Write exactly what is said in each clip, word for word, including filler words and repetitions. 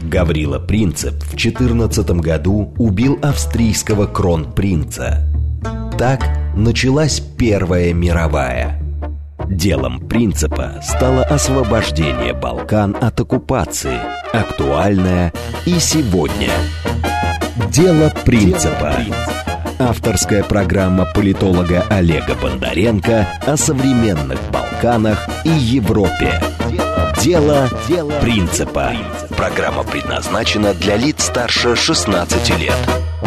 Гаврила Принцип в четырнадцатом году убил австрийского кронпринца. Так началась Первая мировая. Делом Принципа стало освобождение Балкан от оккупации, актуальное и сегодня. Дело Принципа. Авторская программа политолога Олега Бондаренко о современных Балканах и Европе. Дело Принципа. Программа предназначена для лиц старше шестнадцати лет.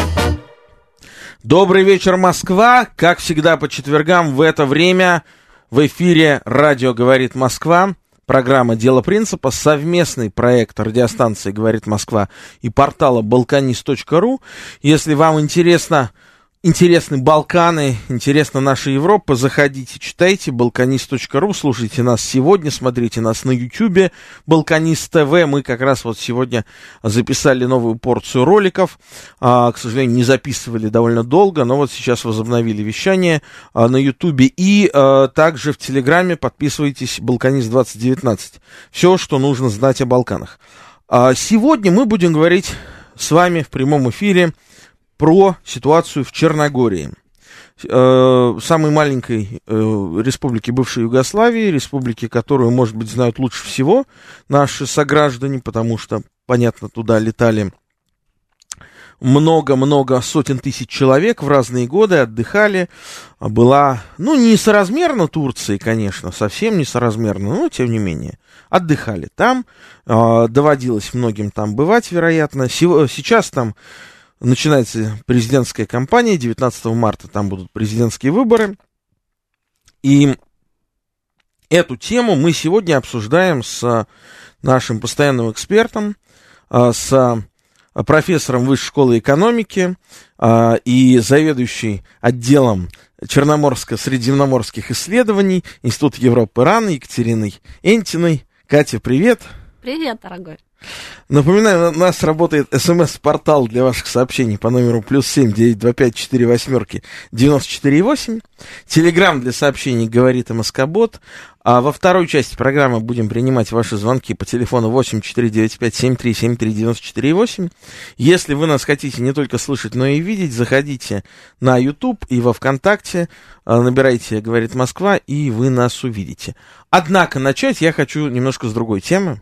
Добрый вечер, Москва. Как всегда по четвергам в это время в эфире «Радио говорит Москва». Программа «Дело Принципа», совместный проект радиостанции «Говорит Москва» и портала балканист точка ру. Если вам интересно... Интересны Балканы, интересна наша Европа, заходите, читайте балканист точка ру, слушайте нас сегодня, смотрите нас на Ютьюбе, Балканист ТВ. Мы как раз вот сегодня записали новую порцию роликов, а, к сожалению, не записывали довольно долго, но вот сейчас возобновили вещание а, на Ютубе и а, также в Телеграме. Подписывайтесь, Балканист двадцать девятнадцать. Все, что нужно знать о Балканах. А, сегодня мы будем говорить с вами в прямом эфире про ситуацию в Черногории, э, самой маленькой э, республике бывшей Югославии, республике, которую, может быть, знают лучше всего наши сограждане, потому что, понятно, туда летали много-много сотен тысяч человек в разные годы, отдыхали, была, ну, несоразмерно Турции, конечно, совсем несоразмерно, но, тем не менее, отдыхали там, э, доводилось многим там бывать, вероятно, сейчас там начинается президентская кампания, девятнадцатого марта там будут президентские выборы, и эту тему мы сегодня обсуждаем с нашим постоянным экспертом, с профессором Высшей школы экономики и заведующей отделом Черноморско-средиземноморских исследований Института Европы РАН Екатериной Энтиной. Катя, привет! Привет, дорогой! Напоминаю, у нас работает смс-портал для ваших сообщений по номеру плюс семь девятьсот двадцать пять четыре восьмерки девяносто четыре восемь. Телеграм для сообщений говорит МСК-бот. А во второй части программы будем принимать ваши звонки по телефону восемь четыре девять пять семь три семь три девяносто четыре восемь. Если вы нас хотите не только слышать, но и видеть, заходите на YouTube и во ВКонтакте, набирайте «Говорит Москва», и вы нас увидите. Однако начать я хочу немножко с другой темы.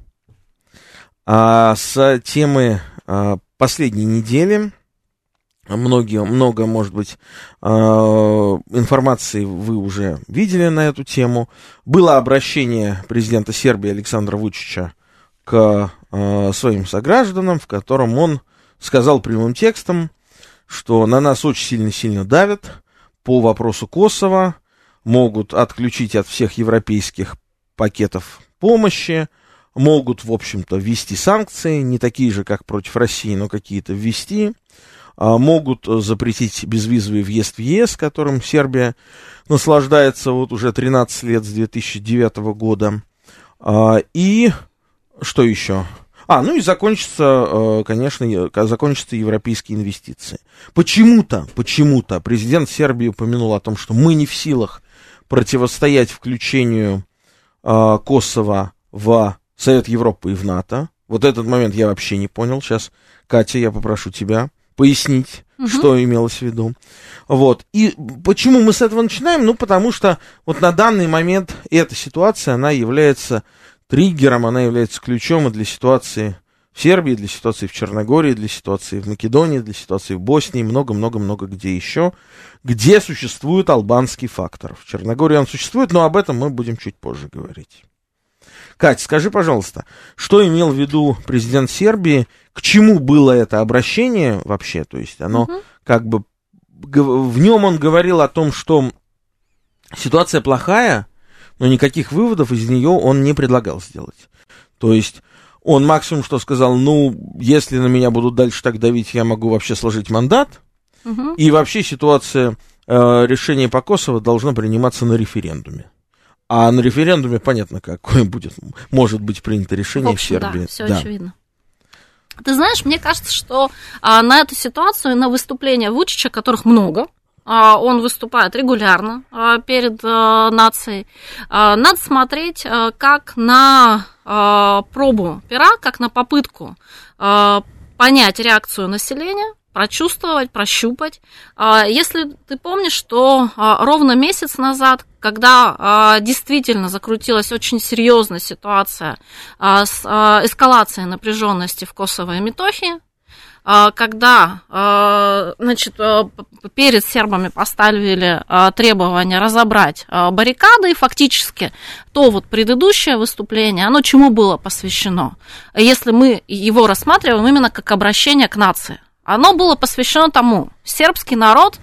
А, с темы а, последней недели. Многие, много, может быть, а, информации вы уже видели на эту тему. Было обращение президента Сербии Александра Вучича к а, своим согражданам, в котором он сказал прямым текстом, что на нас очень сильно-сильно давят по вопросу Косово, могут отключить от всех европейских пакетов помощи, могут, в общем-то, ввести санкции, не такие же, как против России, но какие-то ввести, а, могут запретить безвизовый въезд в ЕС, которым Сербия наслаждается вот уже тринадцать лет с две тысячи девятого года. А, и что еще? А, ну и закончатся, конечно, закончатся европейские инвестиции. Почему-то, почему-то президент Сербии упомянул о том, что мы не в силах противостоять включению а, Косово в Совет Европы и в НАТО. Вот этот момент я вообще не понял. Сейчас, Катя, я попрошу тебя пояснить, угу. что имелось в виду. Вот. И почему мы с этого начинаем? Ну, потому что вот на данный момент эта ситуация, она является триггером, она является ключом и для ситуации в Сербии, для ситуации в Черногории, для ситуации в Македонии, для ситуации в Боснии, много-много-много где еще, где существует албанский фактор. В Черногории он существует, но об этом мы будем чуть позже говорить. Катя, скажи, пожалуйста, что имел в виду президент Сербии, к чему было это обращение вообще, то есть оно угу. как бы, в нем он говорил о том, что ситуация плохая, но никаких выводов из нее он не предлагал сделать. То есть он максимум что сказал, ну, если на меня будут дальше так давить, я могу вообще сложить мандат, угу. и вообще ситуация э, решения по Косово должна приниматься на референдуме. А на референдуме понятно, какое будет, может быть принято решение в, общем, в Сербии. Да, все да. очевидно. Ты знаешь, мне кажется, что а, на эту ситуацию, на выступления Вучича, которых много, а, он выступает регулярно а, перед а, нацией, а, надо смотреть а, как на э, пробу пера, как на попытку э, понять реакцию населения, прочувствовать, прощупать. Если ты помнишь, что ровно месяц назад, когда действительно закрутилась очень серьезная ситуация с эскалацией напряженности в Косово и Метохии, когда, значит, перед сербами поставили требование разобрать баррикады, и фактически то вот предыдущее выступление, оно чему было посвящено? Если мы его рассматриваем именно как обращение к нации, оно было посвящено тому, сербский народ,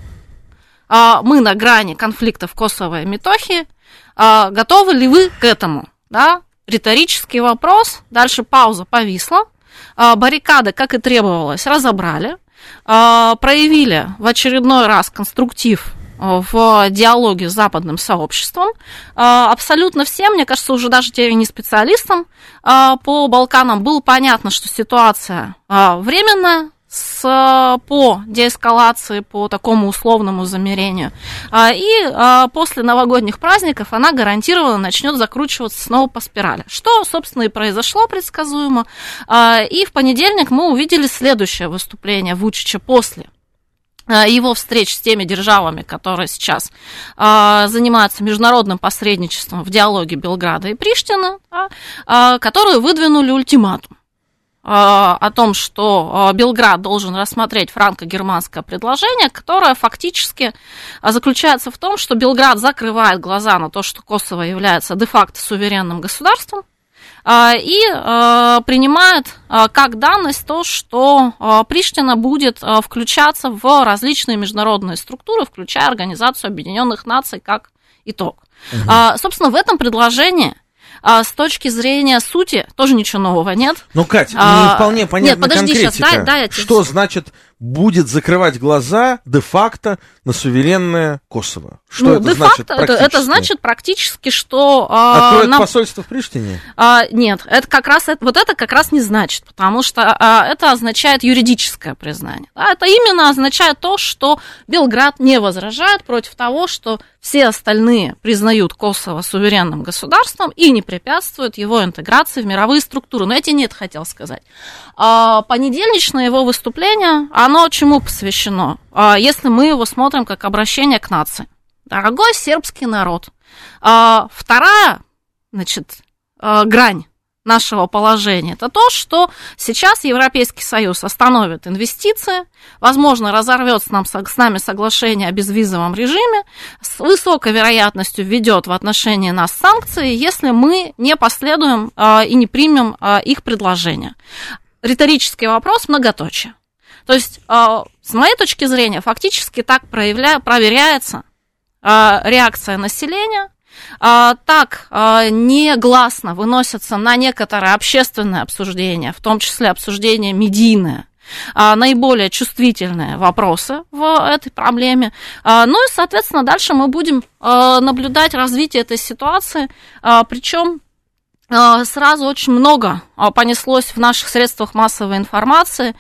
мы на грани конфликта в Косово и Метохии, готовы ли вы к этому? Да? Риторический вопрос, дальше пауза повисла, баррикады, как и требовалось, разобрали, проявили в очередной раз конструктив в диалоге с западным сообществом. Абсолютно всем, мне кажется, уже даже те не специалистам по Балканам было понятно, что ситуация временная, С, по деэскалации, по такому условному замерению. И после новогодних праздников она гарантированно начнет закручиваться снова по спирали. Что, собственно, и произошло предсказуемо. И в понедельник мы увидели следующее выступление Вучича после его встреч с теми державами, которые сейчас занимаются международным посредничеством в диалоге Белграда и Приштины, которые выдвинули ультиматум о том, что Белград должен рассмотреть франко-германское предложение, которое фактически заключается в том, что Белград закрывает глаза на то, что Косово является де-факто суверенным государством, и принимает как данность то, что Приштина будет включаться в различные международные структуры, включая Организацию Объединенных Наций как итог. Угу. Собственно, в этом предложении с точки зрения сути тоже ничего нового нет. Ну, Кать, а, не вполне понятна нет, подожди, конкретика. Сейчас, дай, дай я тебе... Что значит будет закрывать глаза де-факто на суверенное Косово? Что ну, это значит это, это значит практически, что... Откроет нам... посольство в Приштине? А, нет, это как раз, это, вот это как раз не значит, потому что а, это означает юридическое признание. Да, это именно означает то, что Белград не возражает против того, что все остальные признают Косово суверенным государством и не препятствуют его интеграции в мировые структуры. Но я тебе не это хотел сказать. А, понедельничное его выступление, оно чему посвящено? А, если мы его смотрим как обращение к нации. Дорогой сербский народ, а, вторая, значит, а, грань нашего положения, это то, что сейчас Европейский Союз остановит инвестиции, возможно, разорвет с, нам, с нами соглашение о безвизовом режиме, с высокой вероятностью введет в отношении нас санкции, если мы не последуем а, и не примем а, их предложение. Риторический вопрос, многоточие. То есть, а, с моей точки зрения, фактически так проявля... проверяется а, реакция населения, а, так а, негласно выносятся на некоторое общественное обсуждение, в том числе обсуждение медийное, а, наиболее чувствительные вопросы в этой проблеме. А, ну и, соответственно, дальше мы будем а, наблюдать развитие этой ситуации, а, причем сразу очень много понеслось в наших средствах массовой информации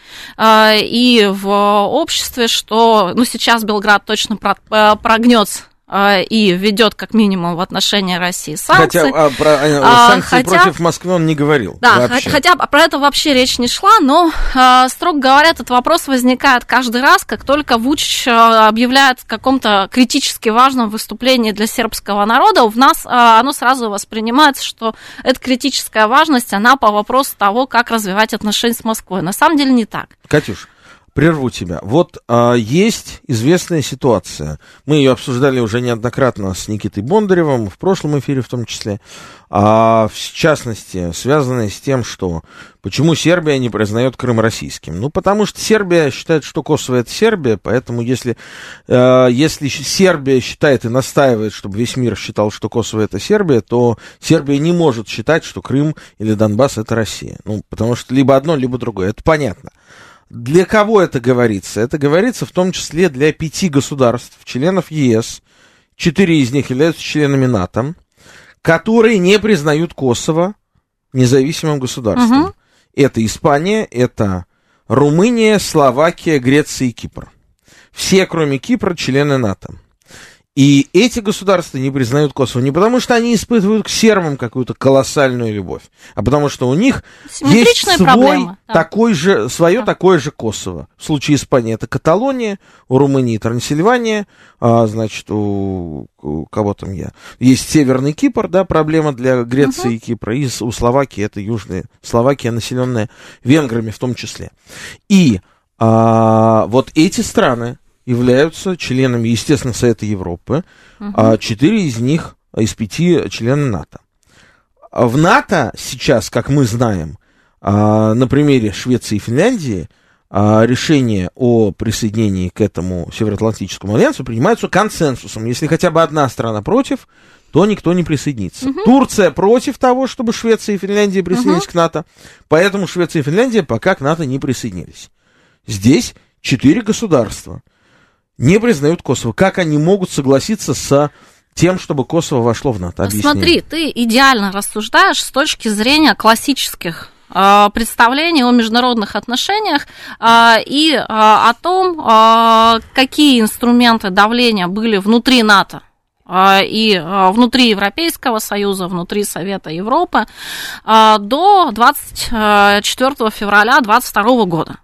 и в обществе, что ну, сейчас Белград точно прогнется и ведет как минимум в отношении России санкции. Хотя а, про а, санкции хотя, против Москвы он не говорил. Да, вообще. Хотя про это вообще речь не шла, но, а, строго говоря, этот вопрос возникает каждый раз, как только Вучич объявляет в каком-то критически важном выступлении для сербского народа, в нас а, оно сразу воспринимается, что эта критическая важность, она по вопросу того, как развивать отношения с Москвой. На самом деле не так. Катюш, прерву тебя. Вот а, есть известная ситуация. Мы ее обсуждали уже неоднократно с Никитой Бондаревым, в прошлом эфире в том числе. А, в частности, связанная с тем, что почему Сербия не признает Крым российским. Ну, потому что Сербия считает, что Косово это Сербия, поэтому если, а, если Сербия считает и настаивает, чтобы весь мир считал, что Косово это Сербия, то Сербия не может считать, что Крым или Донбасс это Россия. Ну, потому что либо одно, либо другое. Это понятно. Для кого это говорится? Это говорится в том числе для пяти государств, членов ЕС, четыре из них являются членами НАТО, которые не признают Косово независимым государством. Угу. Это Испания, это Румыния, Словакия, Греция и Кипр. Все, кроме Кипра, члены НАТО. И эти государства не признают Косово не потому, что они испытывают к сербам какую-то колоссальную любовь, а потому что у них есть свой проблемы, да. такой же, свое да. такое же Косово. В случае Испании это Каталония, у Румынии Трансильвания, а, значит, у, у кого там я? Есть Северный Кипр, да, проблема для Греции угу. и Кипра, и у Словакии это Южная Словакия, населенная венграми в том числе. И а, вот эти страны являются членами, естественно, Совета Европы, uh-huh. четыре из них, из пяти члены НАТО. В НАТО сейчас, как мы знаем, на примере Швеции и Финляндии, решения о присоединении к этому Североатлантическому альянсу принимаются консенсусом. Если хотя бы одна страна против, то никто не присоединится. Uh-huh. Турция против того, чтобы Швеция и Финляндия присоединились uh-huh. к НАТО, поэтому Швеция и Финляндия пока к НАТО не присоединились. Здесь четыре государства не признают Косово. Как они могут согласиться с тем, чтобы Косово вошло в НАТО? Объясни. Смотри, ты идеально рассуждаешь с точки зрения классических э, представлений о международных отношениях э, и э, о том, э, какие инструменты давления были внутри НАТО э, и э, внутри Европейского Союза, внутри Совета Европы э, до двадцать четвёртого февраля две тысячи двадцать второго года.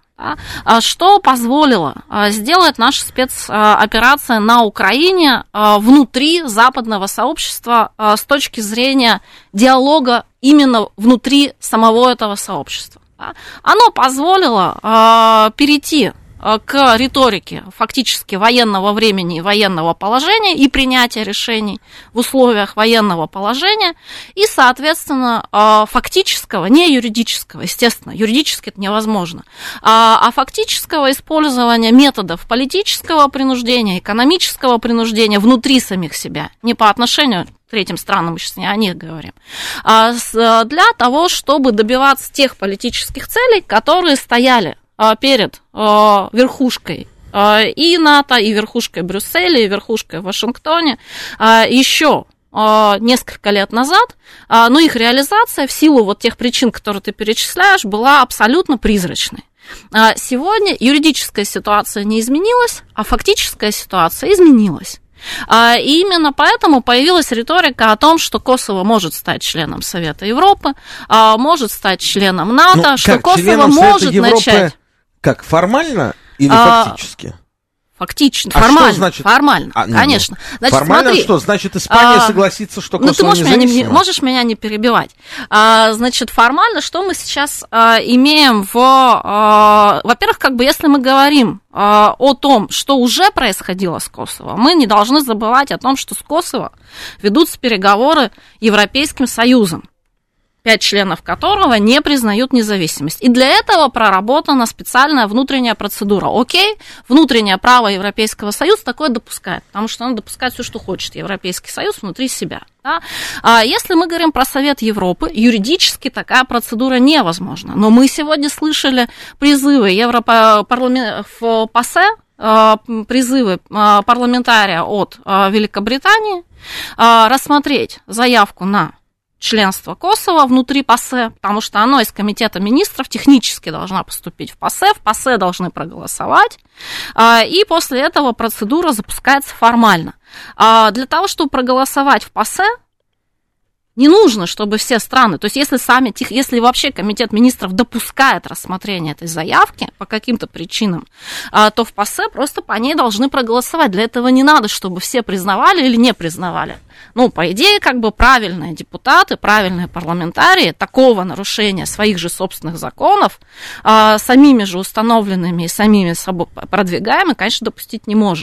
Что позволило сделать наша спецоперация на Украине внутри западного сообщества с точки зрения диалога именно внутри самого этого сообщества? Оно позволило перейти к риторике фактически военного времени и военного положения и принятия решений в условиях военного положения и, соответственно, фактического, не юридического, естественно, юридически это невозможно, а фактического использования методов политического принуждения, экономического принуждения внутри самих себя, не по отношению к третьим странам, мы сейчас не о них говорим, для того, чтобы добиваться тех политических целей, которые стояли перед э, верхушкой э, и НАТО, и верхушкой Брюсселя, и верхушкой в Вашингтоне э, еще э, несколько лет назад, э, но их реализация в силу вот тех причин, которые ты перечисляешь, была абсолютно призрачной. Э, сегодня юридическая ситуация не изменилась, а фактическая ситуация изменилась. И именно поэтому появилась риторика о том, что Косово может стать членом Совета Европы, может стать членом НАТО, ну, что Косово может Европы... начать... Как, формально или а, фактически? Фактично, а формально, что значит? формально, а, ну, конечно. Значит, формально смотри, что? Значит, Испания а, согласится, что Косово ну, ты можешь независимо? Меня не, можешь меня не перебивать. А, значит, формально, что мы сейчас а, имеем в... А, во-первых, как бы, если мы говорим а, о том, что уже происходило с Косово, мы не должны забывать о том, что с Косово ведутся переговоры Европейским Союзом, пять членов которого не признают независимость. И для этого проработана специальная внутренняя процедура. Окей, внутреннее право Европейского Союза такое допускает, потому что оно допускает все, что хочет Европейский Союз внутри себя. Да? А если мы говорим про Совет Европы, юридически такая процедура невозможна. Но мы сегодня слышали призывы Европарламента в ПАСЕ, призывы парламентария от Великобритании рассмотреть заявку на членство Косово внутри ПАСЕ, потому что оно из Комитета министров технически должна поступить в ПАСЕ, в ПАСЕ должны проголосовать, и после этого процедура запускается формально. Для того, чтобы проголосовать в ПАСЕ, не нужно, чтобы все страны, то есть если сами, если вообще Комитет министров допускает рассмотрение этой заявки по каким-то причинам, то в ПАСЕ просто по ней должны проголосовать. Для этого не надо, чтобы все признавали или не признавали. Ну, по идее, как бы правильные депутаты, правильные парламентарии такого нарушения своих же собственных законов, самими же установленными и самими собой продвигаемыми, конечно, допустить не может.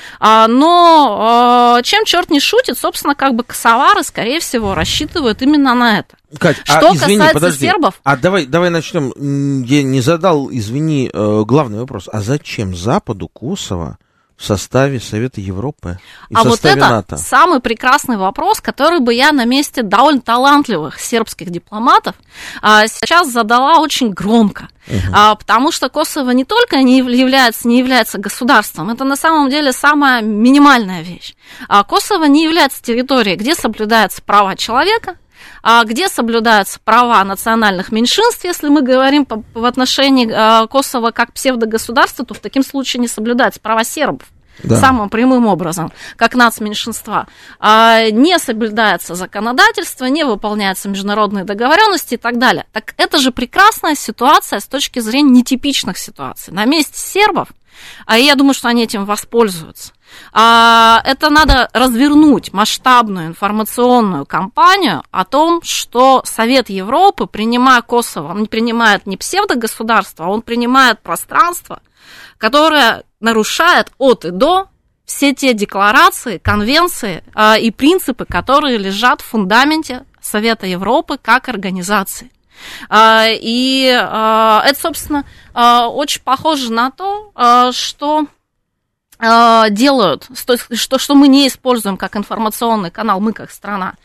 Но чем черт не шутит, собственно, как бы косовары, скорее всего, рассчитывают именно на это. Кать, что а, извини, касается подожди. сербов... А давай, давай начнем. Я не задал, извини, главный вопрос. А зачем Западу Косово в составе Совета Европы и а в составе вот это НАТО? Самый прекрасный вопрос, который бы я на месте довольно талантливых сербских дипломатов а, сейчас задала очень громко. Uh-huh. А, потому что Косово не только не является, не является государством, это на самом деле самая минимальная вещь. А, Косово не является территорией, где соблюдаются права человека, где соблюдаются права национальных меньшинств. Если мы говорим по, в отношении Косово как псевдогосударства, то в таком случае не соблюдаются права сербов. да. самым прямым образом, как нацменьшинства, не соблюдается законодательство, не выполняются международные договоренности и так далее. Так это же прекрасная ситуация с точки зрения нетипичных ситуаций. На месте сербов, а я думаю, что они этим воспользуются, это надо развернуть масштабную информационную кампанию о том, что Совет Европы, принимая Косово, он не принимает не псевдогосударство, а он принимает пространство, которое нарушает от и до все те декларации, конвенции и принципы, которые лежат в фундаменте Совета Европы как организации. И это, собственно, очень похоже на то, что делают, что, что мы не используем как информационный канал, мы как страна,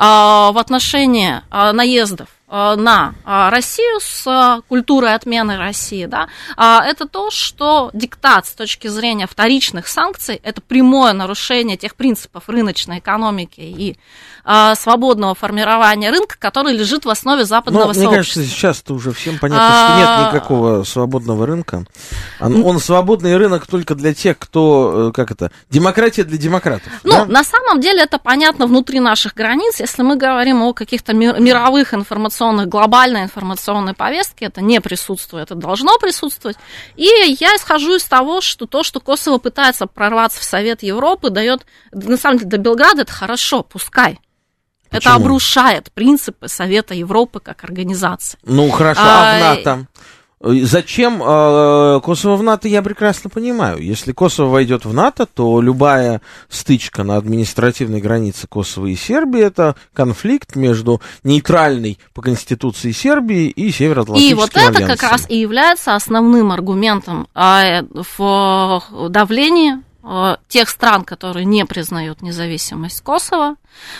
в отношении наездов на Россию с культурой отмены России, да, это то, что диктат с точки зрения вторичных санкций, это прямое нарушение тех принципов рыночной экономики и свободного формирования рынка, который лежит в основе западного Но, сообщества. Мне кажется, сейчас-то уже всем понятно, что нет никакого свободного рынка. Он, он свободный рынок только для тех, кто, как это, демократия для демократов. Ну, да? На самом деле это понятно внутри наших границ. Если мы говорим о каких-то мировых информационных, глобальной информационной повестке, это не присутствует, это должно присутствовать. И я исхожу из того, что то, что Косово пытается прорваться в Совет Европы, дает, на самом деле, до Белграда, это хорошо, пускай. Почему? Это обрушает принципы Совета Европы как организации. Ну, хорошо, а, а в НАТО? Зачем э, Косово в НАТО, я прекрасно понимаю. Если Косово войдет в НАТО, то любая стычка на административной границе Косово и Сербии — это конфликт между нейтральной по Конституции Сербией и Североатлантическим альянсом. И вот это альянсом. как раз и является основным аргументом э, в давлении тех стран, которые не признают независимость Косово,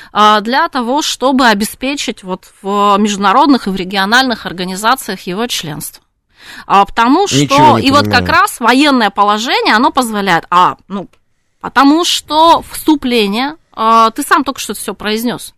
для того, чтобы обеспечить вот в международных и в региональных организациях его членство. Потому что, и вот как раз военное положение, оно позволяет, а, ну, потому что вступление, ты сам только что это все произнес,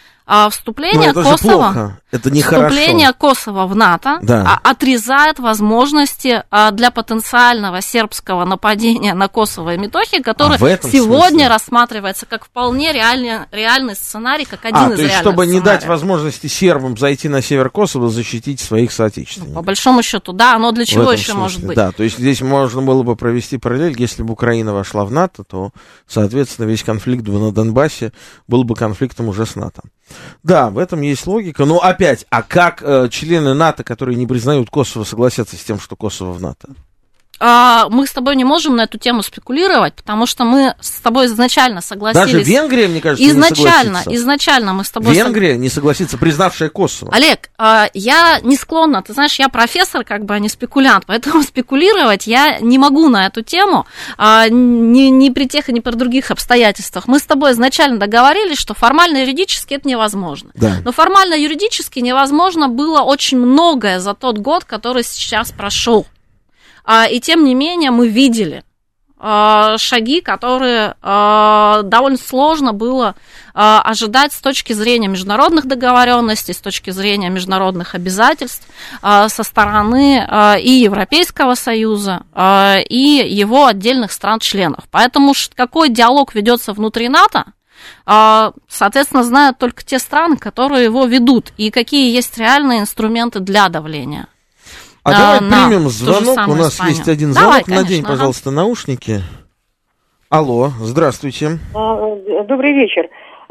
вступление это Косово, это не вступление хорошо. Косово в НАТО да. отрезает возможности для потенциального сербского нападения на Косово и Метохи, который а сегодня смысле? рассматривается как вполне реальный, реальный сценарий, как один а, из то есть, реальных чтобы сценариев. Не дать возможности сербам зайти на север Косово, защитить своих соотечественников. По большому счету, да, но для чего еще смысле, может быть? Да, то есть здесь можно было бы провести параллель, если бы Украина вошла в НАТО, то, соответственно, весь конфликт на Донбассе был бы конфликтом уже с НАТО. Да, в этом есть логика. Но опять, а как э, члены НАТО, которые не признают Косово, согласятся с тем, что Косово в НАТО? Мы с тобой не можем на эту тему спекулировать, потому что мы с тобой изначально согласились. Даже Венгрия, мне кажется, изначально, не согласится. Изначально мы с тобой... Венгрия не согласится, признавшая Косово. Олег, я не склонна, ты знаешь, я профессор, как бы, а не спекулянт, поэтому спекулировать я не могу на эту тему ни, ни при тех и ни при других обстоятельствах. Мы с тобой изначально договорились, что формально юридически это невозможно. Да. Но формально юридически невозможно было очень многое за тот год, который сейчас прошел. И тем не менее мы видели шаги, которые довольно сложно было ожидать с точки зрения международных договоренностей, с точки зрения международных обязательств со стороны и Европейского Союза, и его отдельных стран-членов. Поэтому какой диалог ведется внутри НАТО, соответственно, знают только те страны, которые его ведут, и какие есть реальные инструменты для давления. А, а давай примем звонок. У нас Испанию. Есть один звонок. Давай, конечно, Надень, пожалуйста, ага. наушники. Алло, здравствуйте. Добрый вечер.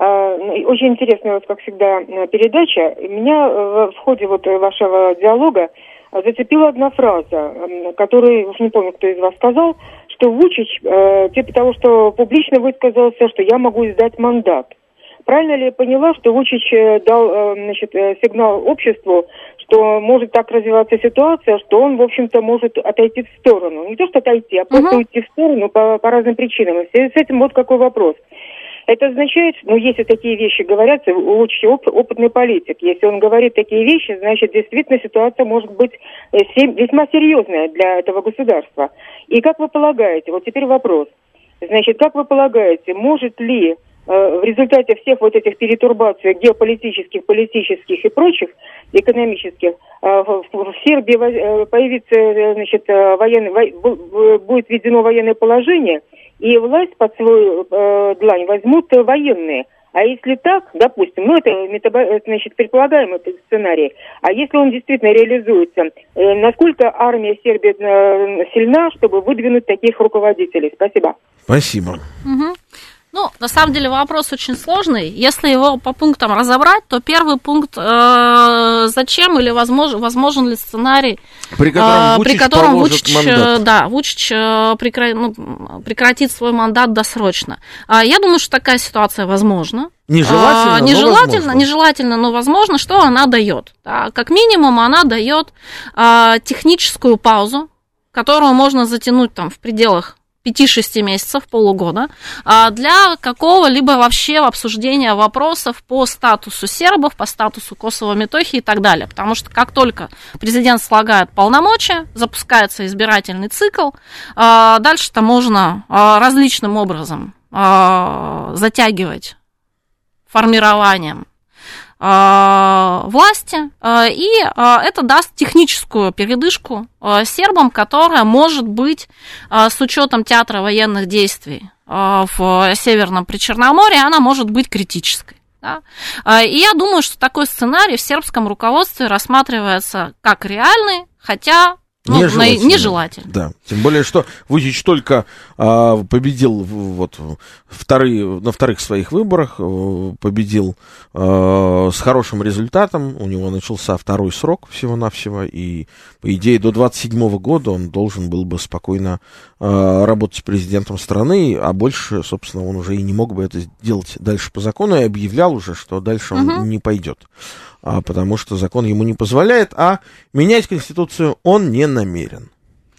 Очень интересная, вот, как всегда, передача. Меня в ходе вот вашего диалога зацепила одна фраза, которую, уж не помню, кто из вас сказал, что Вучич, типа того, что публично высказался, что я могу сдать мандат. Правильно ли я поняла, что Вучич дал, значит, сигнал обществу, что может так развиваться ситуация, что он, в общем-то, может отойти в сторону. Не то, что отойти, а просто uh-huh. уйти в сторону по, по разным причинам. И в связи с этим вот какой вопрос. Это означает, ну, если такие вещи говорятся, Вучич оп- опытный политик. Если он говорит такие вещи, значит, действительно ситуация может быть весьма серьезная для этого государства. И как вы полагаете, вот теперь вопрос. Значит, как вы полагаете, может ли в результате всех вот этих перетурбаций геополитических, политических и прочих, экономических, в Сербии появится, значит, военный, будет введено военное положение, и власть под свою э, длань возьмут военные. А если так, допустим, ну это метабо... значит, предполагаемый сценарий, а если он действительно реализуется, э, насколько армия Сербии э, сильна, чтобы выдвинуть таких руководителей? Спасибо. Спасибо. Угу. Ну, на самом деле вопрос очень сложный. Если его по пунктам разобрать, то первый пункт, э, зачем или возможен, возможен ли сценарий, при котором Вучич, при котором Вучич, Вучич, да, Вучич прекра... ну, прекратит свой мандат досрочно. Я думаю, что такая ситуация возможна. Нежелательно, а, но нежелательно, возможно. Нежелательно, но возможно. Что она дает? Да, как минимум она дает а, техническую паузу, которую можно затянуть там в пределах пяти-шести месяцев, полугода, для какого-либо вообще обсуждения вопросов по статусу сербов, по статусу Косово-Метохии и так далее. Потому что как только президент слагает полномочия, запускается избирательный цикл, дальше-то можно различным образом затягивать формированием власти, и это даст техническую передышку сербам, которая может быть с учетом театра военных действий в Северном Причерноморье, она может быть критической. Да? И я думаю, что такой сценарий в сербском руководстве рассматривается как реальный, хотя ну, нежелательно. нежелательно. Да, тем более, что Вучич только а, победил вот, вторые, на вторых своих выборах, победил а, с хорошим результатом, у него начался второй срок всего-навсего, и, по идее, до двадцать седьмого года он должен был бы спокойно а, работать президентом страны, а больше, собственно, он уже и не мог бы это сделать дальше по закону, и объявлял уже, что дальше он угу. не пойдет. А, потому что закон ему не позволяет, а менять Конституцию он не намерен.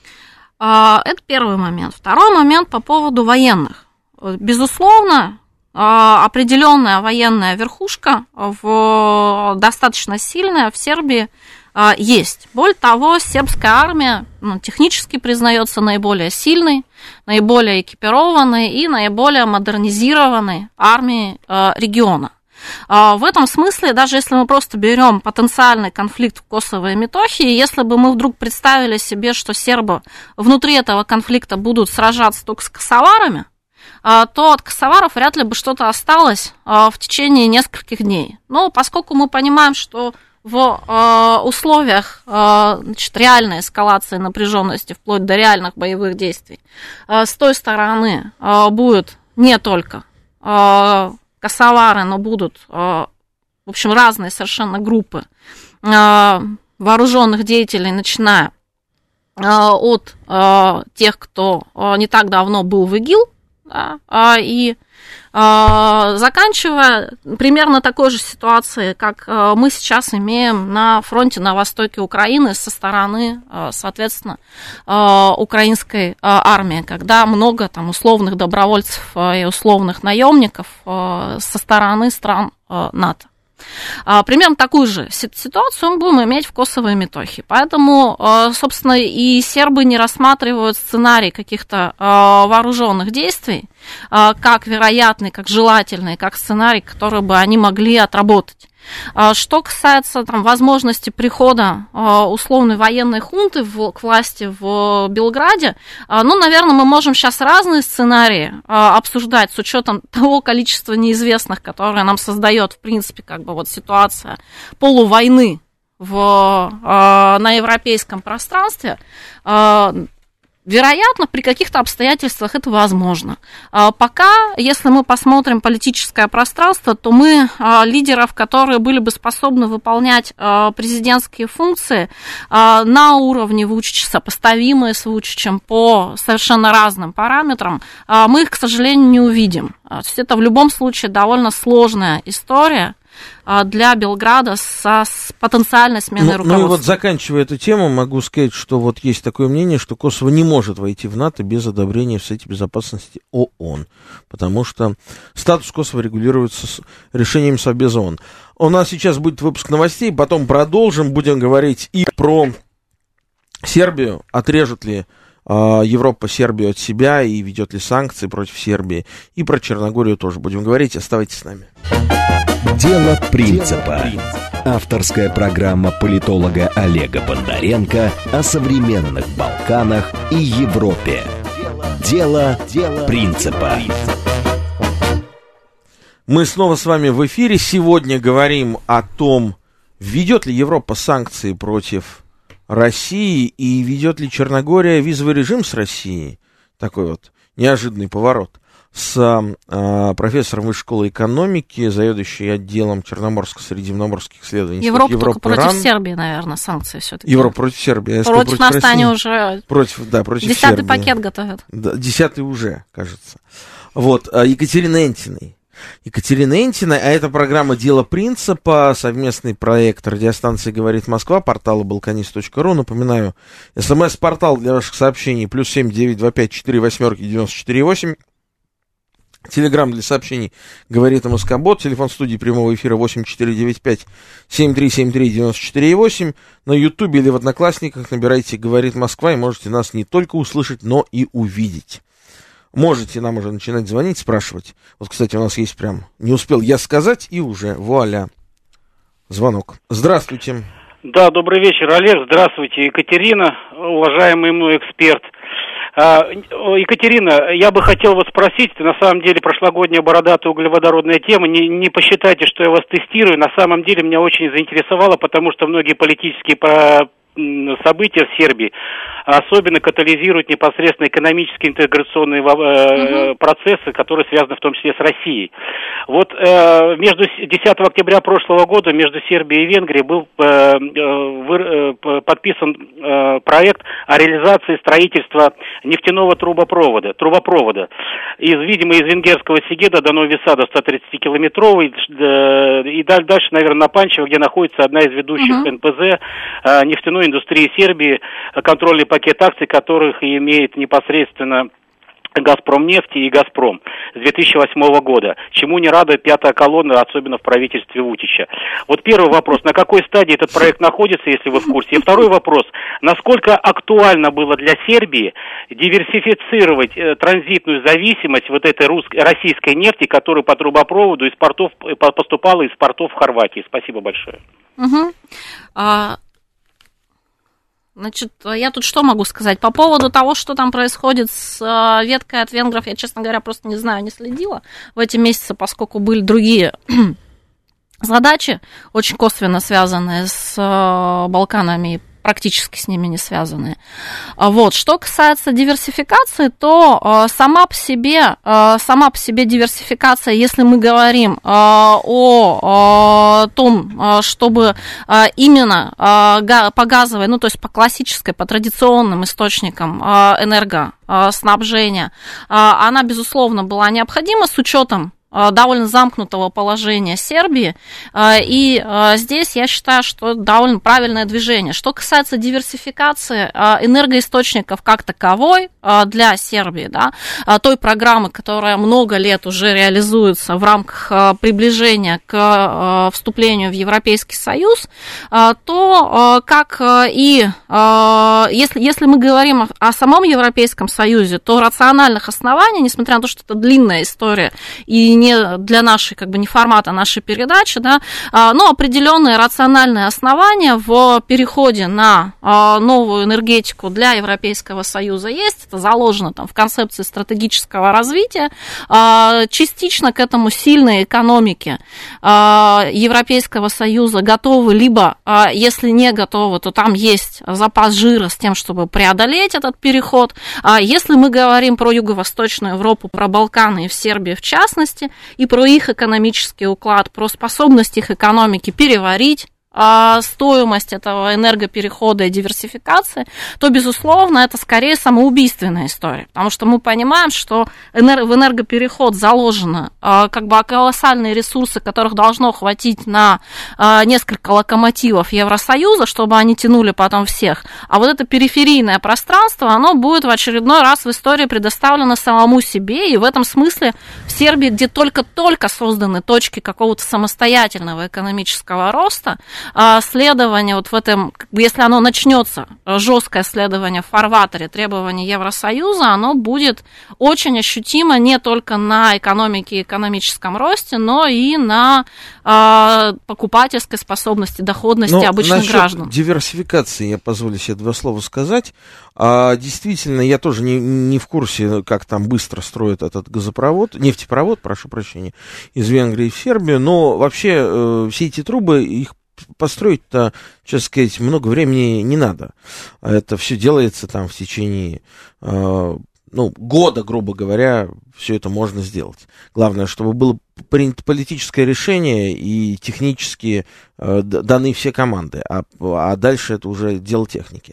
Это первый момент. Второй момент по поводу военных. Безусловно, определенная военная верхушка в, достаточно сильная в Сербии есть. Более того, сербская армия ну, технически признается наиболее сильной, наиболее экипированной и наиболее модернизированной армией региона. В этом смысле, даже если мы просто берем потенциальный конфликт в Косово и Метохии, если бы мы вдруг представили себе, что сербы внутри этого конфликта будут сражаться только с косоварами, то от косоваров вряд ли бы что-то осталось в течение нескольких дней. Но поскольку мы понимаем, что в условиях значит, реальной эскалации напряженности, вплоть до реальных боевых действий, с той стороны будет не только косовары, но будут, в общем, разные совершенно группы вооруженных деятелей, начиная от тех, кто не так давно был в ИГИЛ, да, и заканчивая примерно такой же ситуацией, как мы сейчас имеем на фронте на востоке Украины со стороны, соответственно, украинской армии, когда много там условных добровольцев и условных наемников со стороны стран НАТО. Примерно такую же ситуацию мы будем иметь в Косово и Метохии. Поэтому, собственно, и сербы не рассматривают сценарий каких-то вооруженных действий как вероятный, как желательный, как сценарий, который бы они могли отработать. Что касается там, возможности прихода условной военной хунты в, к власти в Белграде, ну, наверное, мы можем сейчас разные сценарии обсуждать с учетом того количества неизвестных, которое нам создает, в принципе, как бы вот ситуация полувойны в, на европейском пространстве. Вероятно, при каких-то обстоятельствах это возможно. Пока, если мы посмотрим политическое пространство, то мы лидеров, которые были бы способны выполнять президентские функции на уровне Вучича, сопоставимые с Вучичем по совершенно разным параметрам, мы их, к сожалению, не увидим. То есть это в любом случае довольно сложная история для Белграда со с потенциальной сменой ну, руководства. Ну и вот заканчивая эту тему, могу сказать, что вот есть такое мнение, что Косово не может войти в НАТО без одобрения в Совете Безопасности ООН, потому что статус Косово регулируется с решением Совбеза ООН. У нас сейчас будет выпуск новостей, потом продолжим, будем говорить и про Сербию, отрежут ли Европа Сербию от себя и ведет ли санкции против Сербии, и про Черногорию тоже будем говорить. Оставайтесь с нами. Дело принципа. Авторская программа политолога Олега Бондаренко о современных Балканах и Европе. Дело Дело, дело принципа. Мы снова с вами в эфире. Сегодня говорим о том, введет ли Европа санкции против России и ведет ли Черногория визовый режим с Россией. Такой вот неожиданный поворот. С э, профессором высшей школы экономики, заведующей отделом Черноморско-Средиземноморских исследований. Европа Европа только против Иран. Сербии, наверное, санкции все-таки. Европа против Сербии. Я против сказал, нас они уже против, да, против десятый Сербии. пакет готовят. Да, десятый уже, кажется. Вот, Екатерина Энтиной. Екатерина Энтина, а это программа «Дело принципа», совместный проект радиостанции «Говорит Москва», портала балканист точка ру. Напоминаю, смс-портал для ваших сообщений плюс семь девять два пять четыре восьмерки девяносто четыре восемь. Телеграм для сообщений «Говорит Москобот», телефон студии прямого эфира восемь четыре девять пять семь три семь три девяносто четыре восемь. На Ютубе или в Одноклассниках набирайте «Говорит Москва» и можете нас не только услышать, но и увидеть. Можете нам уже начинать звонить, спрашивать. Вот, кстати, у нас есть прям, не успел я сказать, и уже, вуаля, звонок. Здравствуйте. Да, добрый вечер, Олег. Здравствуйте, Екатерина, уважаемый мой эксперт. Екатерина, я бы хотел вас спросить, на самом деле прошлогодняя бородатая углеводородная тема, не, не посчитайте, что я вас тестирую, на самом деле меня очень заинтересовало, потому что многие политические события в Сербии особенно катализируют непосредственно экономические интеграционные э, процессы, которые связаны в том числе с Россией. Вот э, между десятого октября прошлого года между Сербией и Венгрией был э, вы, э, подписан э, проект о реализации строительства нефтяного трубопровода, трубопровода из, видимо, из венгерского Сегеда до Нови Сада сто тридцатикилометровый э, и дальше, наверное, на Панчево, где находится одна из ведущих uh-huh. эн пэ зэ э, нефтяной индустрии Сербии, контрольный пакет акций которых и имеет непосредственно «Газпромнефть» и «Газпром» с две тысячи восьмого года, чему не рада пятая колонна, особенно в правительстве Вучича. Вот первый вопрос, на какой стадии этот проект находится, если вы в курсе? И второй вопрос, насколько актуально было для Сербии диверсифицировать э, транзитную зависимость вот этой русской, российской нефти, которая по трубопроводу из портов, поступала из портов Хорватии? Спасибо большое. Угу. А... Значит, я тут что могу сказать? По поводу того, что там происходит с э, веткой от венгров, я, честно говоря, просто не знаю, не следила в эти месяцы, поскольку были другие задачи, очень косвенно связанные с э, Балканами, практически с ними не связанные. Вот. Что касается диверсификации, то э, сама по себе, э, сама по себе диверсификация, если мы говорим э, о э, том, э, чтобы э, именно э, по газовой, ну то есть по классической, по традиционным источникам э, энергоснабжения, э, она, безусловно, была необходима с учетом довольно замкнутого положения Сербии, и здесь я считаю, что довольно правильное движение. Что касается диверсификации энергоисточников как таковой для Сербии, да, той программы, которая много лет уже реализуется в рамках приближения к вступлению в Европейский Союз, то как и если, если мы говорим о самом Европейском Союзе, то рациональных оснований, несмотря на то, что это длинная история и не для нашей, как бы, не формата нашей передачи, да, но определенные рациональные основания в переходе на новую энергетику для Европейского Союза есть. Это заложено там в концепции стратегического развития. Частично к этому сильные экономики Европейского Союза готовы, либо, если не готовы, то там есть запас жира с тем, чтобы преодолеть этот переход. Если мы говорим про Юго-Восточную Европу, про Балканы и в Сербии в частности, и про их экономический уклад, про способность их экономики переварить а, стоимость этого энергоперехода и диверсификации, то, безусловно, это скорее самоубийственная история, потому что мы понимаем, что энер- в энергопереход заложено а, как бы колоссальные ресурсы, которых должно хватить на а, несколько локомотивов Евросоюза, чтобы они тянули потом всех, а вот это периферийное пространство, оно будет в очередной раз в истории предоставлено самому себе, и в этом смысле в Сербии, где только-только созданы точки какого-то самостоятельного экономического роста, следование вот в этом, если оно начнется, жесткое следование в фарватере требований Евросоюза, оно будет очень ощутимо не только на экономике и экономическом росте, но и на э, покупательской способности, доходности Но обычных насчет граждан. Диверсификации я позволю себе два слова сказать. А, действительно, я тоже не, не в курсе, как там быстро строят этот газопровод, нефтепровод, прошу прощения, из Венгрии в Сербию, но вообще э, все эти трубы, их построить-то, честно сказать, много времени не надо. Это все делается там в течение... Э, ну, года, грубо говоря, все это можно сделать. Главное, чтобы было принято политическое решение и технически э, даны все команды, а, а дальше это уже дело техники.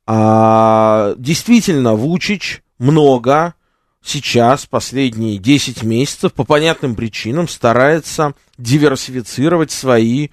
А, действительно, Вучич много сейчас, последние десять месяцев, по понятным причинам старается диверсифицировать свои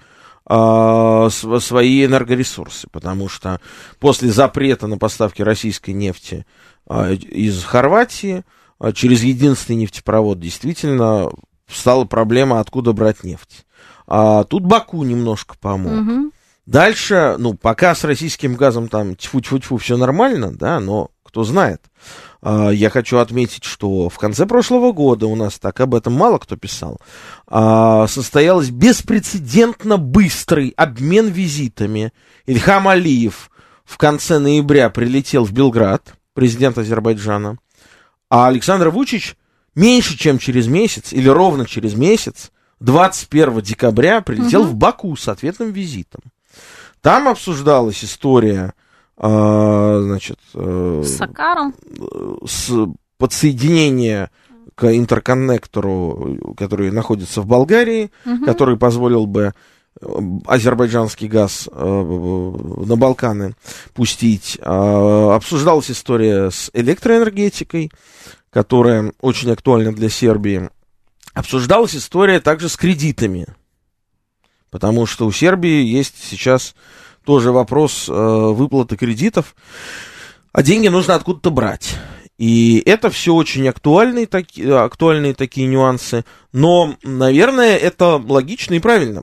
свои энергоресурсы, потому что после запрета на поставки российской нефти из Хорватии через единственный нефтепровод действительно стала проблема, откуда брать нефть. А тут Баку немножко помог. Угу. Дальше, ну, пока с российским газом там тьфу-тьфу-тьфу все нормально, да, но кто знает. Я хочу отметить, что в конце прошлого года у нас, так об этом мало кто писал, состоялся беспрецедентно быстрый обмен визитами. Ильхам Алиев в конце ноября прилетел в Белград, президент Азербайджана, а Александр Вучич меньше, чем через месяц, или ровно через месяц, двадцать первого декабря прилетел угу. в Баку с ответным визитом. Там обсуждалась история... А, значит, с Сакаром, с подсоединение к интерконнектору, который находится в Болгарии, угу. который позволил бы азербайджанский газ на Балканы пустить. Обсуждалась история с электроэнергетикой, которая очень актуальна для Сербии. Обсуждалась история также с кредитами, потому что у Сербии есть сейчас тоже вопрос э, выплаты кредитов, а деньги нужно откуда-то брать. И это все очень актуальные, таки, актуальные такие нюансы, но, наверное, это логично и правильно.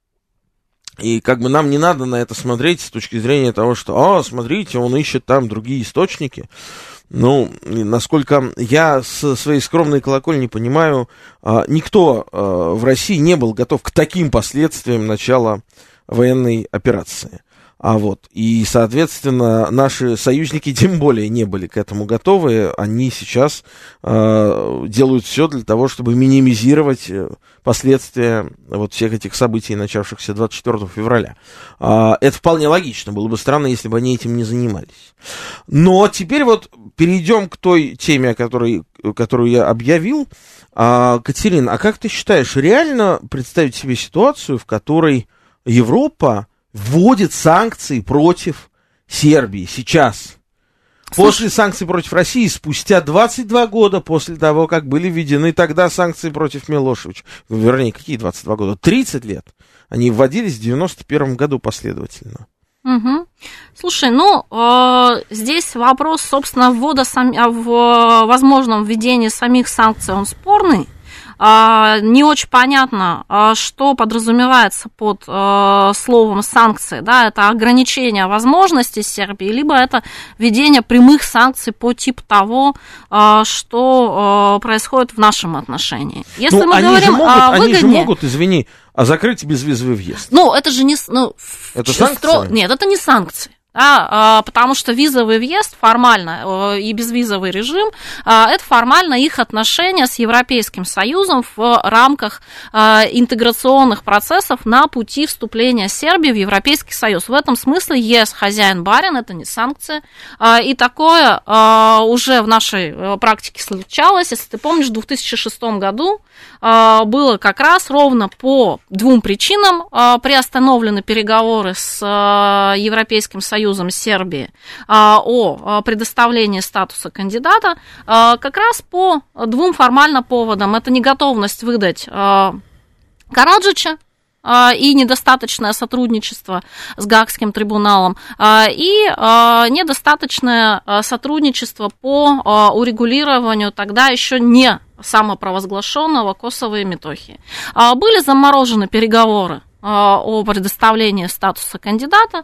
И как бы нам не надо на это смотреть с точки зрения того, что, а, смотрите, он ищет там другие источники. Ну, насколько я с своей скромной колокольни понимаю, э, никто э, в России не был готов к таким последствиям начала военной операции. А вот, и, соответственно, наши союзники тем более не были к этому готовы. Они сейчас э, делают все для того, чтобы минимизировать последствия вот всех этих событий, начавшихся двадцать четвёртого февраля. Э, это вполне логично. Было бы странно, если бы они этим не занимались. Но теперь вот перейдем к той теме, о которой, которую я объявил. Э, Катерина, а как ты считаешь, реально представить себе ситуацию, в которой Европа вводит санкции против Сербии сейчас? После санкций против России, спустя двадцать два года после того, как были введены тогда санкции против Милошевича. Вернее, какие двадцать два года? тридцать лет. Они вводились в девяносто первом году последовательно. Угу. Слушай, ну, э, здесь вопрос, собственно, ввода сам, в возможном введении самих санкций, он спорный. Не очень понятно, что подразумевается под словом санкции. Да, это ограничение возможностей Сербии, либо это введение прямых санкций по типу того, что происходит в нашем отношении. Если ну, мы они говорим же могут, о выгодне... Они же могут, извини, закрыть безвизовый въезд. Ну, это же не... Ну, это санкции? Стро... Нет, это не санкции. Да, потому что визовый въезд формально и безвизовый режим – это формально их отношения с Европейским Союзом в рамках интеграционных процессов на пути вступления Сербии в Европейский Союз. В этом смысле ЕС хозяин-барин – это не санкции. И такое уже в нашей практике случалось. Если ты помнишь, в две тысячи шестом году было как раз ровно по двум причинам приостановлены переговоры с Европейским Союзом Сербии о предоставлении статуса кандидата как раз по двум формально поводам. Это неготовность выдать Караджича и недостаточное сотрудничество с Гаагским трибуналом, и недостаточное сотрудничество по урегулированию тогда еще не самопровозглашенного Косово и Метохии. Были заморожены переговоры о предоставлении статуса кандидата,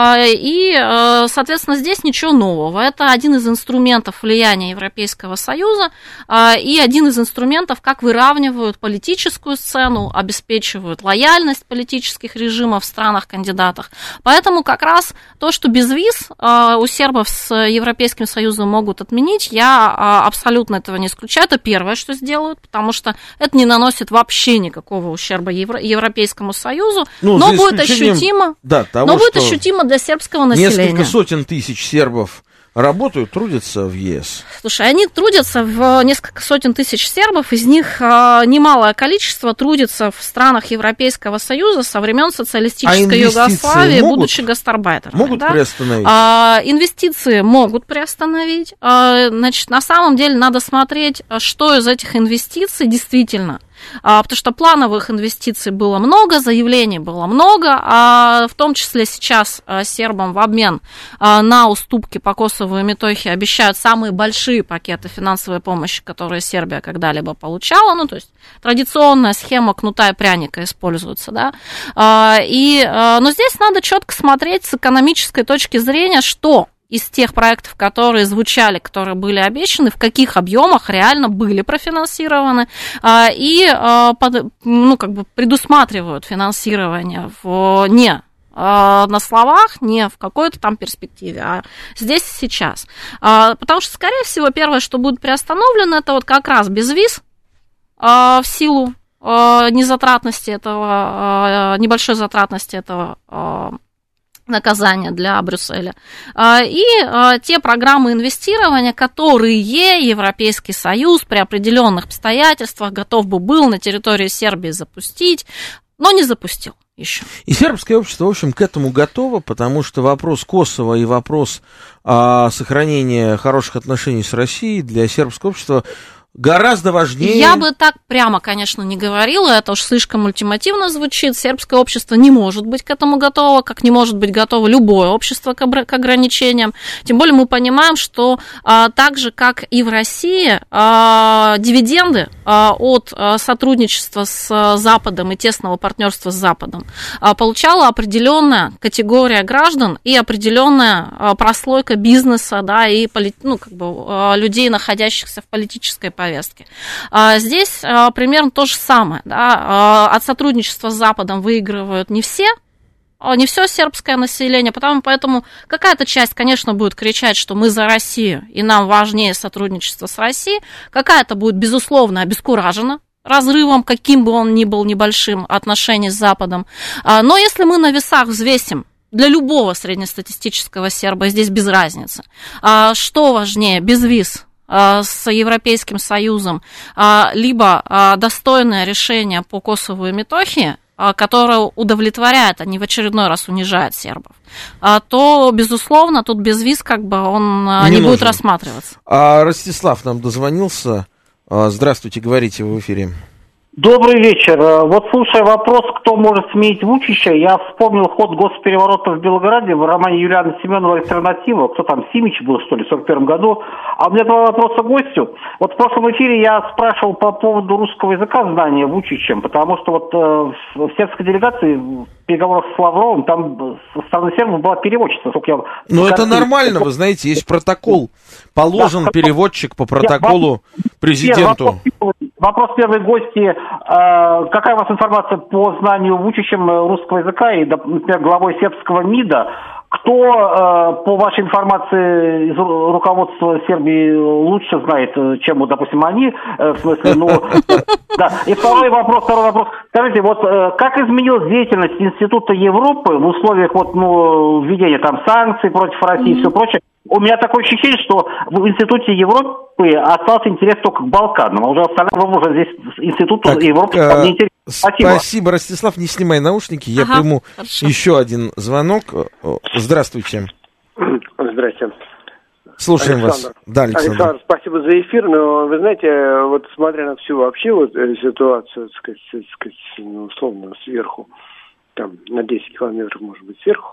и, соответственно, здесь ничего нового. Это один из инструментов влияния Европейского Союза и один из инструментов, как выравнивают политическую сцену, обеспечивают лояльность политических режимов в странах-кандидатах. Поэтому как раз то, что без виз у сербов с Европейским Союзом могут отменить, я абсолютно этого не исключаю. Это первое, что сделают, потому что это не наносит вообще никакого ущерба Евро- Европейскому Союзу. Ну, но будет ощутимо, да, того, но будет ощутимо для сербского населения. Несколько сотен тысяч сербов работают, трудятся в ЕС. Слушай, они трудятся в несколько сотен тысяч сербов, из них а, немалое количество трудится в странах Европейского Союза со времен социалистической а Югославии, могут, будучи гастарбайтерами. Могут да? приостановить? А, инвестиции могут приостановить. А, значит, на самом деле надо смотреть, что из этих инвестиций действительно. А, потому что плановых инвестиций было много, заявлений было много, а в том числе сейчас а, сербам в обмен а, на уступки по Косову и Метохии обещают самые большие пакеты финансовой помощи, которые Сербия когда-либо получала. Ну, то есть традиционная схема кнута и пряника используется, да. А, и, а, но здесь надо четко смотреть с экономической точки зрения, что из тех проектов, которые звучали, которые были обещаны, в каких объемах реально были профинансированы и ну, как бы предусматривают финансирование в, не на словах, не в какой-то там перспективе, а здесь и сейчас. Потому что, скорее всего, первое, что будет приостановлено, это вот как раз безвиз в силу незатратности этого, небольшой затратности этого наказания для Брюсселя. И те программы инвестирования, которые Европейский Союз при определенных обстоятельствах готов бы был на территории Сербии запустить, но не запустил еще. И сербское общество, в общем, к этому готово, потому что вопрос Косово и вопрос а, сохранения хороших отношений с Россией для сербского общества гораздо важнее. Я бы так прямо, конечно, не говорила, это уж слишком ультимативно звучит. Сербское общество не может быть к этому готово, как не может быть готово любое общество к ограничениям. Тем более мы понимаем, что а, так же, как и в России, а, дивиденды а, от а, сотрудничества с Западом и тесного партнерства с Западом а, получала определенная категория граждан и определенная а, прослойка бизнеса, да, и поли, ну, как бы, а, людей, находящихся в политической повестки. Здесь примерно то же самое. Да? От сотрудничества с Западом выигрывают не все, не все сербское население, потому, поэтому какая-то часть, конечно, будет кричать, что мы за Россию, и нам важнее сотрудничество с Россией, какая-то будет, безусловно, обескуражена разрывом, каким бы он ни был небольшим, отношений с Западом. Но если мы на весах взвесим для любого среднестатистического серба, здесь без разницы, что важнее, безвиз с Европейским Союзом, либо достойное решение по Косову и Метохии, которое удовлетворяет, а не в очередной раз унижает сербов, то, безусловно, тут безвиз как бы он не, не будет рассматриваться. А Ростислав нам дозвонился. Здравствуйте, говорите, вы в эфире. Добрый вечер. Вот слушая вопрос, кто может сменить Вучича, я вспомнил ход госпереворота в Белграде в романе Юлианы Семеновой «Альтернатива». Кто там, Симич был, что ли, в сорок первом году? А у меня два вопроса гостю. Вот в прошлом эфире я спрашивал по поводу русского языка знания Вучичем, потому что вот э, в сербской делегации в переговорах с Лавровым там со стороны сербов была переводчица. Я... Ну это нормально, вы знаете, есть протокол. Положен да, переводчик по протоколу я, президенту. Вопрос, вопрос первой гости. Э, какая у вас информация по знанию Вучичем русского языка и, например, главой сербского МИДа? Кто, э, по вашей информации, из руководства Сербии лучше знает, чем, допустим, они? Э, в смысле, ну... Да. И второй вопрос, второй вопрос. Скажите, вот э, как изменилась деятельность Института Европы в условиях вот, ну, введения там санкций против России и все прочее? У меня такое ощущение, что в Институте Европы остался интерес только к Балканам, а уже остальное уже здесь Институту так, Европы э, не интересно. Спасибо. Спасибо, Ростислав, не снимай наушники, я ага, приму хорошо. Еще один звонок. Здравствуйте. Здравствуйте. Слушаем Александр. Вас. Да, Александр. Александр, спасибо за эфир, но вы знаете, вот смотря на всю вообще вот ситуацию, так сказать, так сказать, ну, условно сверху, там на десять километров, может быть, сверху,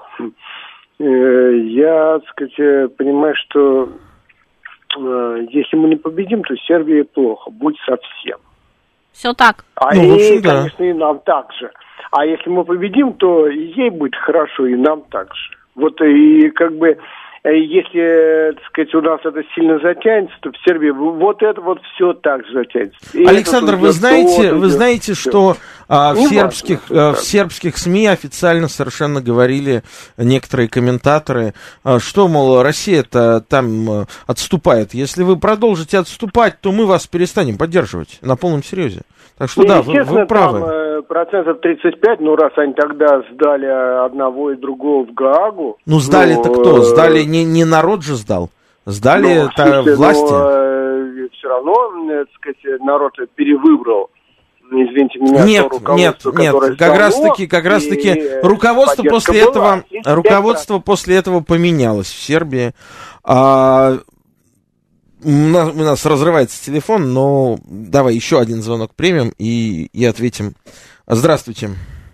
я, так сказать, понимаю, что если мы не победим, то Сербии плохо, будет совсем. Все так. А ну, и, общем, конечно, да. И нам так же. А если мы победим, то и ей будет хорошо, и нам так же. Вот и как бы, если, так сказать, у нас это сильно затянется, то в Сербии вот это вот все так же затянется. И Александр, вы знаете, вы знаете, что а, в, ну, сербских, важно, а, в сербских СМИ официально совершенно говорили некоторые комментаторы, а, что, мол, Россия-то там а, отступает. Если вы продолжите отступать, то мы вас перестанем поддерживать на полном серьезе. Так что, ну, да, вы, вы правы. Там, э, процентов тридцать пять, ну, раз они тогда сдали одного и другого в Гаагу. Ну, сдали-то ну, кто? Э... Сдали, не, не народ же сдал. Сдали ну, слушайте, власти. Ну, э, все равно, э, так сказать, народ перевыбрал. Извините меня, нет, нет, нет, как раз таки, как раз таки руководство после была, этого, руководство после этого поменялось в Сербии. А, у, нас, у нас разрывается телефон, но давай еще один звонок примем и, и ответим. Здравствуйте.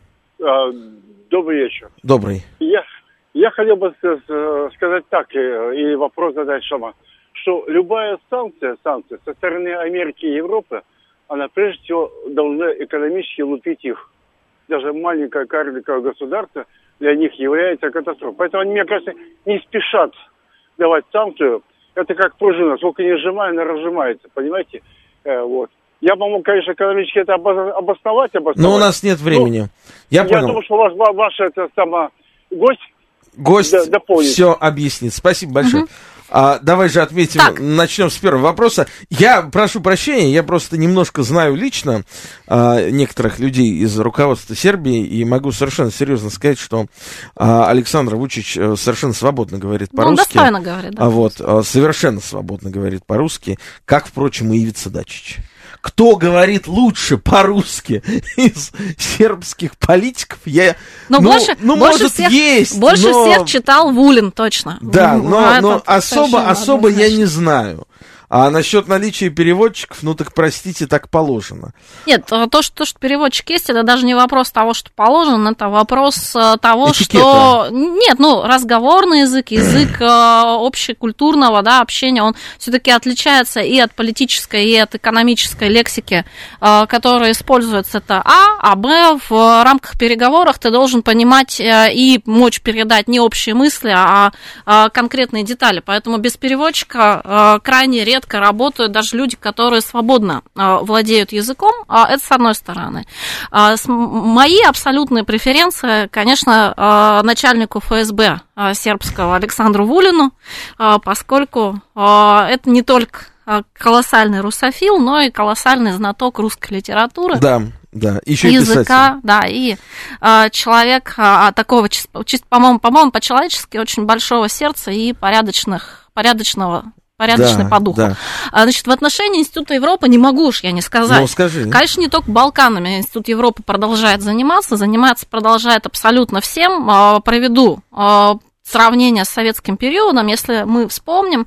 Добрый вечер. Добрый. Я, я хотел бы сказать так, и вопрос задать Шама, что любая санкция, санкция со стороны Америки и Европы, она прежде всего должна экономически лупить их. Даже маленькое карликовое государство для них является катастрофой. Поэтому они, мне кажется, не спешат давать санкцию. Это как пружина, сколько не сжимай, она разжимается, понимаете? Э, вот. Я бы мог, конечно, экономически это обосновать, обосновать. Но у нас нет времени. Но я я понял. думаю, что ваш, ваш это, сама, гость, гость дополнит. Все объяснит. Спасибо большое. Угу. А, давай же отметим, так. начнем с первого вопроса. Я прошу прощения, я просто немножко знаю лично а, некоторых людей из руководства Сербии, и могу совершенно серьезно сказать, что а, Александр Вучич совершенно свободно говорит по-русски. Он достойно говорит, да. А вот, а, совершенно свободно говорит по-русски, как, впрочем, и Ивица Дачич. Кто говорит лучше по-русски из сербских политиков, я... Но ну, больше, ну больше может, всех, есть, Больше но... всех читал Вулин, точно. Да, ну, но, но особо, особо я однозначно. не знаю. А насчет наличия переводчиков, ну так простите, так положено. Нет, то, что, то, что переводчик есть, это даже не вопрос того, что положено, это вопрос того, Этикета. Что... Нет, ну, разговорный язык, язык общекультурного, да, общения, он все-таки отличается и от политической, и от экономической лексики, которая используется. Это А, а Б. В рамках переговоров ты должен понимать и мочь передать не общие мысли, а конкретные детали. Поэтому без переводчика крайне редко работают даже люди, которые свободно э, владеют языком, а это с одной стороны. А, с, мои абсолютные преференции, конечно, э, начальнику эф эс бэ э, сербского Александру Вулину, э, поскольку э, это не только колоссальный русофил, но и колоссальный знаток русской литературы. Да. Да, еще и языка, да, и э, человек э, такого, чисто, по-моему, по-моему, по-человечески очень большого сердца и порядочных, порядочного порядочный да, по духу. Да. Значит, в отношении Института Европы не могу уж я не сказать. Ну, скажи. Конечно, не только Балканами Институт Европы продолжает заниматься, заниматься продолжает абсолютно всем. Проведу сравнение с советским периодом. Если мы вспомним,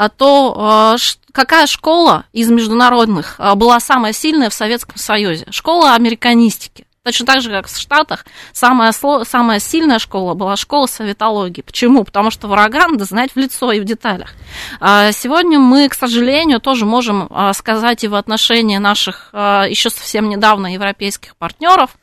то какая школа из международных была самая сильная в Советском Союзе? Школа американистики. Точно так же, как в Штатах, самая, самая сильная школа была школа советологии. Почему? Потому что врага надо знать в лицо и в деталях. Сегодня мы, к сожалению, тоже можем сказать и в отношении наших еще совсем недавно европейских партнеров.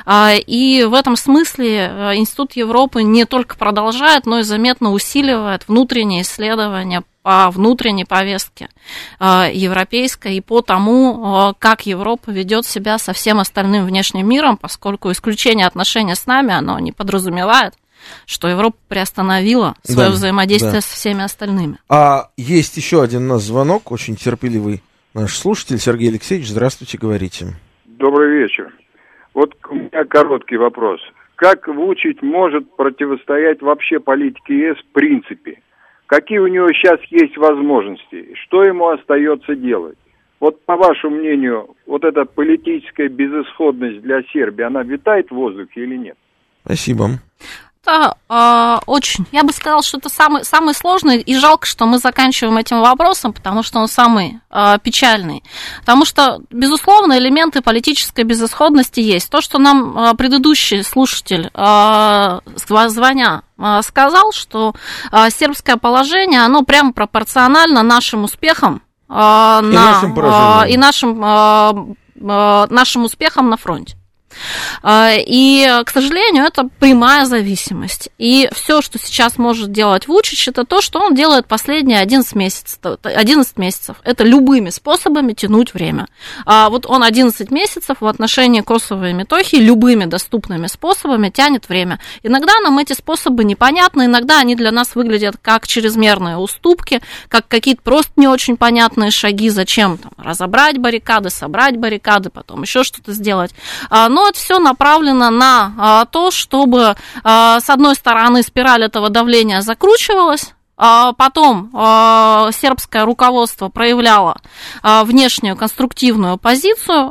И в этом смысле Институт Европы не только продолжает, но и заметно усиливает внутренние исследования по внутренней повестке европейской и по тому, как Европа ведет себя со всем остальным внешним миром, поскольку исключение отношений с нами, оно не подразумевает, что Европа приостановила свое да, взаимодействие да. со всеми остальными. А есть еще один у нас звонок, очень терпеливый наш слушатель Сергей Алексеевич. Здравствуйте, говорите. Добрый вечер. Вот у меня короткий вопрос. Как Вучич может противостоять вообще политике ЕС в принципе? Какие у него сейчас есть возможности? Что ему остается делать? Вот по вашему мнению, вот эта политическая безысходность для Сербии, она витает в воздухе или нет? Спасибо. Это э, очень, я бы сказала, что это самый, самый сложный, и жалко, что мы заканчиваем этим вопросом, потому что он самый э, печальный. Потому что, безусловно, элементы политической безысходности есть. То, что нам э, предыдущий слушатель э, звоня э, сказал, что э, сербское положение, оно прямо пропорционально нашим успехам э, и, на, нашим э, и нашим, э, э, нашим успехам на фронте. И, к сожалению, это прямая зависимость. И все, что сейчас может делать Вучич, это то, что он делает последние одиннадцать месяцев. одиннадцать месяцев. Это любыми способами тянуть время. Вот он одиннадцать месяцев в отношении Косово и Метохии любыми доступными способами тянет время. Иногда нам эти способы непонятны, иногда они для нас выглядят как чрезмерные уступки, как какие-то просто не очень понятные шаги, зачем там, разобрать баррикады, собрать баррикады, потом еще что-то сделать. Но это все направлено на то, чтобы, с одной стороны, спираль этого давления закручивалась, потом сербское руководство проявляло внешнюю конструктивную позицию,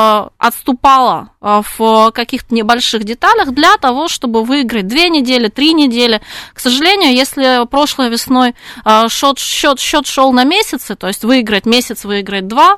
отступало в каких-то небольших деталях для того, чтобы выиграть две недели, три недели. К сожалению, если прошлой весной счет, счет, счет шел на месяцы, то есть выиграть месяц, выиграть два,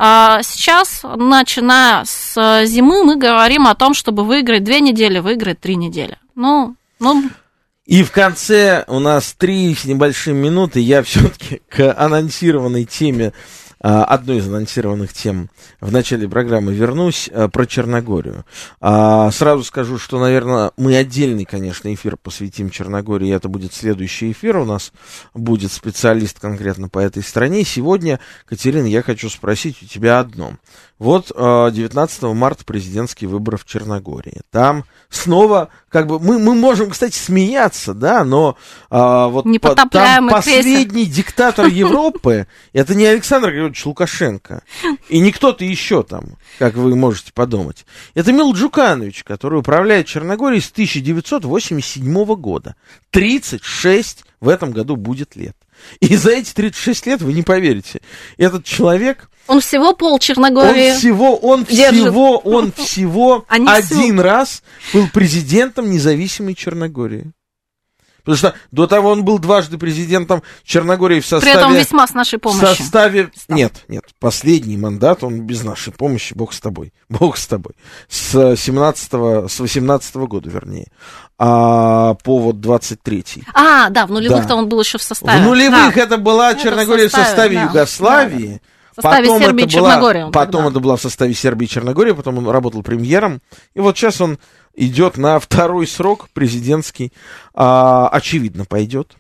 сейчас, начиная с зимы, мы говорим о том, чтобы выиграть две недели, выиграть три недели. Ну, ну... И в конце у нас три с небольшим минуты. Я все-таки к анонсированной теме, одной из анонсированных тем в начале программы вернусь, про Черногорию. Сразу скажу, что, наверное, мы отдельный, конечно, эфир посвятим Черногории, и это будет следующий эфир. У нас будет специалист конкретно по этой стране. Сегодня, Катерина, я хочу спросить у тебя одно. Вот девятнадцатого марта президентские выборы в Черногории. Там снова, как бы, мы, мы можем, кстати, смеяться, да, но а, вот по, там последний крейсер. Диктатор Европы, это не Александр Григорьевич Лукашенко, и не кто-то еще там, как вы можете подумать. Это Мил Джуканович, который управляет Черногорией с тысяча девятьсот восемьдесят седьмого года. тридцать шесть в этом году будет лет. И за эти тридцать шесть лет, вы не поверите, этот человек... Он всего пол Черногории Он всего, он держит. всего, он всего один всю. раз был президентом независимой Черногории. Потому что до того он был дважды президентом Черногории в составе... При этом весьма с нашей помощью. В составе... Нет, нет, последний мандат, он без нашей помощи, бог с тобой, бог с тобой. С семнадцатого, с восемнадцатого года, вернее, а по вот двадцать третий. А, да, в нулевых-то да. он был еще в составе. В нулевых да. это была Черногория это в составе, в составе да. Югославии. Да, да. В составе потом Сербии это и Черногории. Была, потом это была в составе Сербии и Черногории, потом он работал премьером. И вот сейчас он идет на второй срок президентский, а, очевидно, пойдет.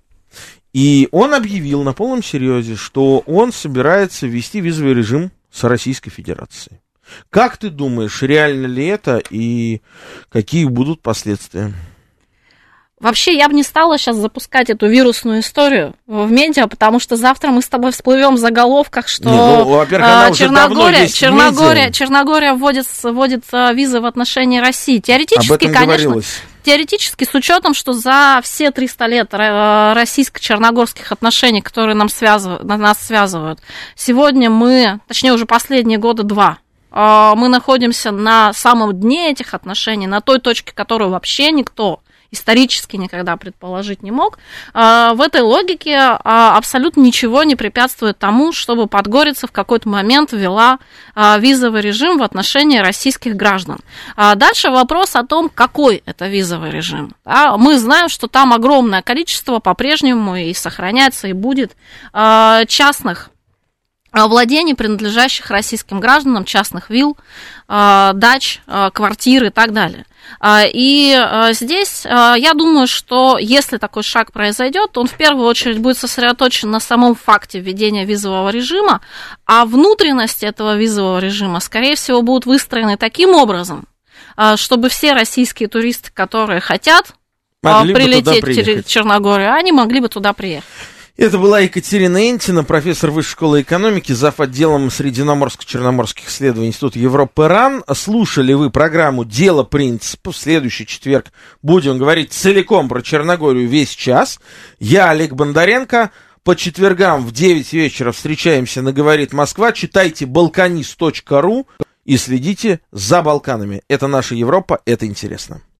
И он объявил на полном серьезе, что он собирается ввести визовый режим с Российской Федерацией. Как ты думаешь, реально ли это и какие будут последствия? Вообще, я бы не стала сейчас запускать эту вирусную историю в медиа, потому что завтра мы с тобой всплывем в заголовках, что ну, а, Черногория, Черногория, Черногория вводит, вводит визы в отношении России. Теоретически, конечно, говорилось. Теоретически, с учетом, что за все триста лет российско-черногорских отношений, которые нам связывают, нас связывают, сегодня мы, точнее, уже последние года два, мы находимся на самом дне этих отношений, на той точке, которую вообще никто исторически никогда предположить не мог. В этой логике абсолютно ничего не препятствует тому, чтобы Подгорица в какой-то момент ввела визовый режим в отношении российских граждан. Дальше вопрос о том, какой это визовый режим. Мы знаем, что там огромное количество по-прежнему и сохраняется, и будет частных владений, принадлежащих российским гражданам, частных вилл, дач, квартир и так далее. И здесь я думаю, что если такой шаг произойдет, он в первую очередь будет сосредоточен на самом факте введения визового режима, а внутренности этого визового режима, скорее всего, будут выстроены таким образом, чтобы все российские туристы, которые хотят могли прилететь в Черногорию, они могли бы туда приехать. Это была Екатерина Энтина, профессор Высшей школы экономики, зав. Отделом Средиземноморско-Черноморских исследований Института Европы РАН. Слушали вы программу «Дело принципа». В следующий четверг будем говорить целиком про Черногорию весь час. Я Олег Бондаренко. По четвергам в девять вечера встречаемся на «Говорит Москва». Читайте балканист точка ру и следите за Балканами. Это наша Европа, это интересно.